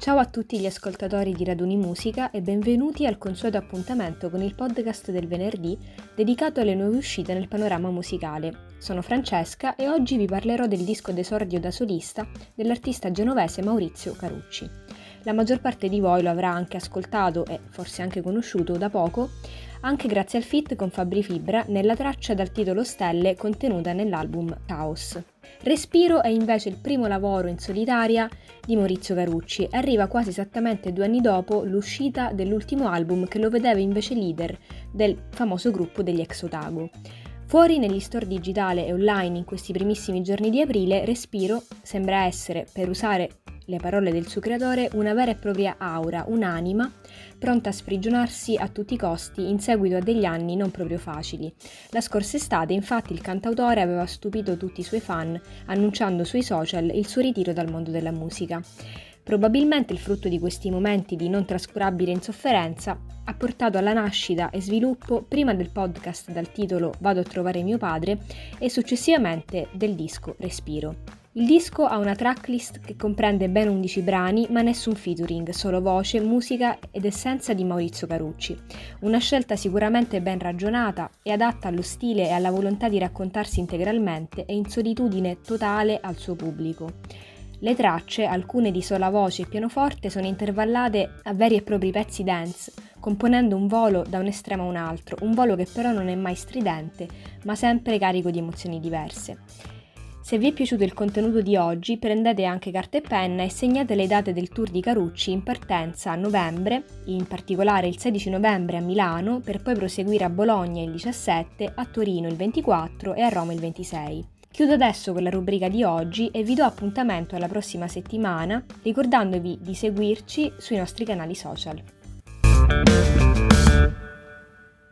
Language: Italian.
Ciao a tutti gli ascoltatori di Raduni Musica e benvenuti al consueto appuntamento con il podcast del venerdì dedicato alle nuove uscite nel panorama musicale. Sono Francesca e oggi vi parlerò del disco d'esordio da solista dell'artista genovese Maurizio Carucci. La maggior parte di voi lo avrà anche ascoltato e forse anche conosciuto da poco, anche grazie al feat con Fabri Fibra nella traccia dal titolo Stelle contenuta nell'album Caos. Respiro è invece il primo lavoro in solitaria di Maurizio Carucci e arriva quasi esattamente 2 anni dopo l'uscita dell'ultimo album che lo vedeva invece leader del famoso gruppo degli Ex Otago. Fuori negli store digitale e online in questi primissimi giorni di aprile, Respiro sembra essere, per usare le parole del suo creatore, una vera e propria aura, un'anima, pronta a sprigionarsi a tutti i costi in seguito a degli anni non proprio facili. La scorsa estate, infatti, il cantautore aveva stupito tutti i suoi fan, annunciando sui social il suo ritiro dal mondo della musica. Probabilmente il frutto di questi momenti di non trascurabile insofferenza ha portato alla nascita e sviluppo prima del podcast dal titolo Vado a trovare mio padre e successivamente del disco Respiro. Il disco ha una tracklist che comprende ben 11 brani, ma nessun featuring, solo voce, musica ed essenza di Maurizio Carucci. Una scelta sicuramente ben ragionata e adatta allo stile e alla volontà di raccontarsi integralmente e in solitudine totale al suo pubblico. Le tracce, alcune di sola voce e pianoforte, sono intervallate a veri e propri pezzi dance, componendo un volo da un estremo a un altro, un volo che però non è mai stridente, ma sempre carico di emozioni diverse. Se vi è piaciuto il contenuto di oggi, prendete anche carta e penna e segnate le date del tour di Carucci in partenza a novembre, in particolare il 16 novembre a Milano, per poi proseguire a Bologna il 17, a Torino il 24 e a Roma il 26. Chiudo adesso con la rubrica di oggi e vi do appuntamento alla prossima settimana, ricordandovi di seguirci sui nostri canali social.